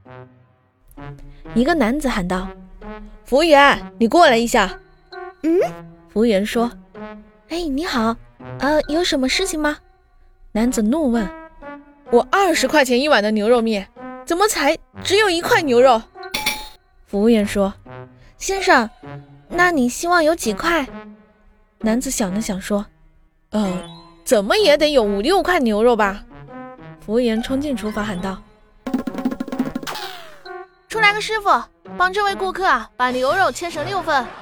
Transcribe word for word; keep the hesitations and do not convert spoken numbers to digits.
一个男子喊道： 服务员，你过来一下。 嗯，服务员说：哎，你好，呃，有什么事情吗？男子怒问： 我二十块钱一碗的牛肉面，怎么才只有一块牛肉？ 服务员说：先生，那你希望有几块？男子想了想说： 呃，怎么也得有五六块牛肉吧。 服务员冲进厨房喊道： 出来个师傅，帮这位顾客啊把牛肉切成六份，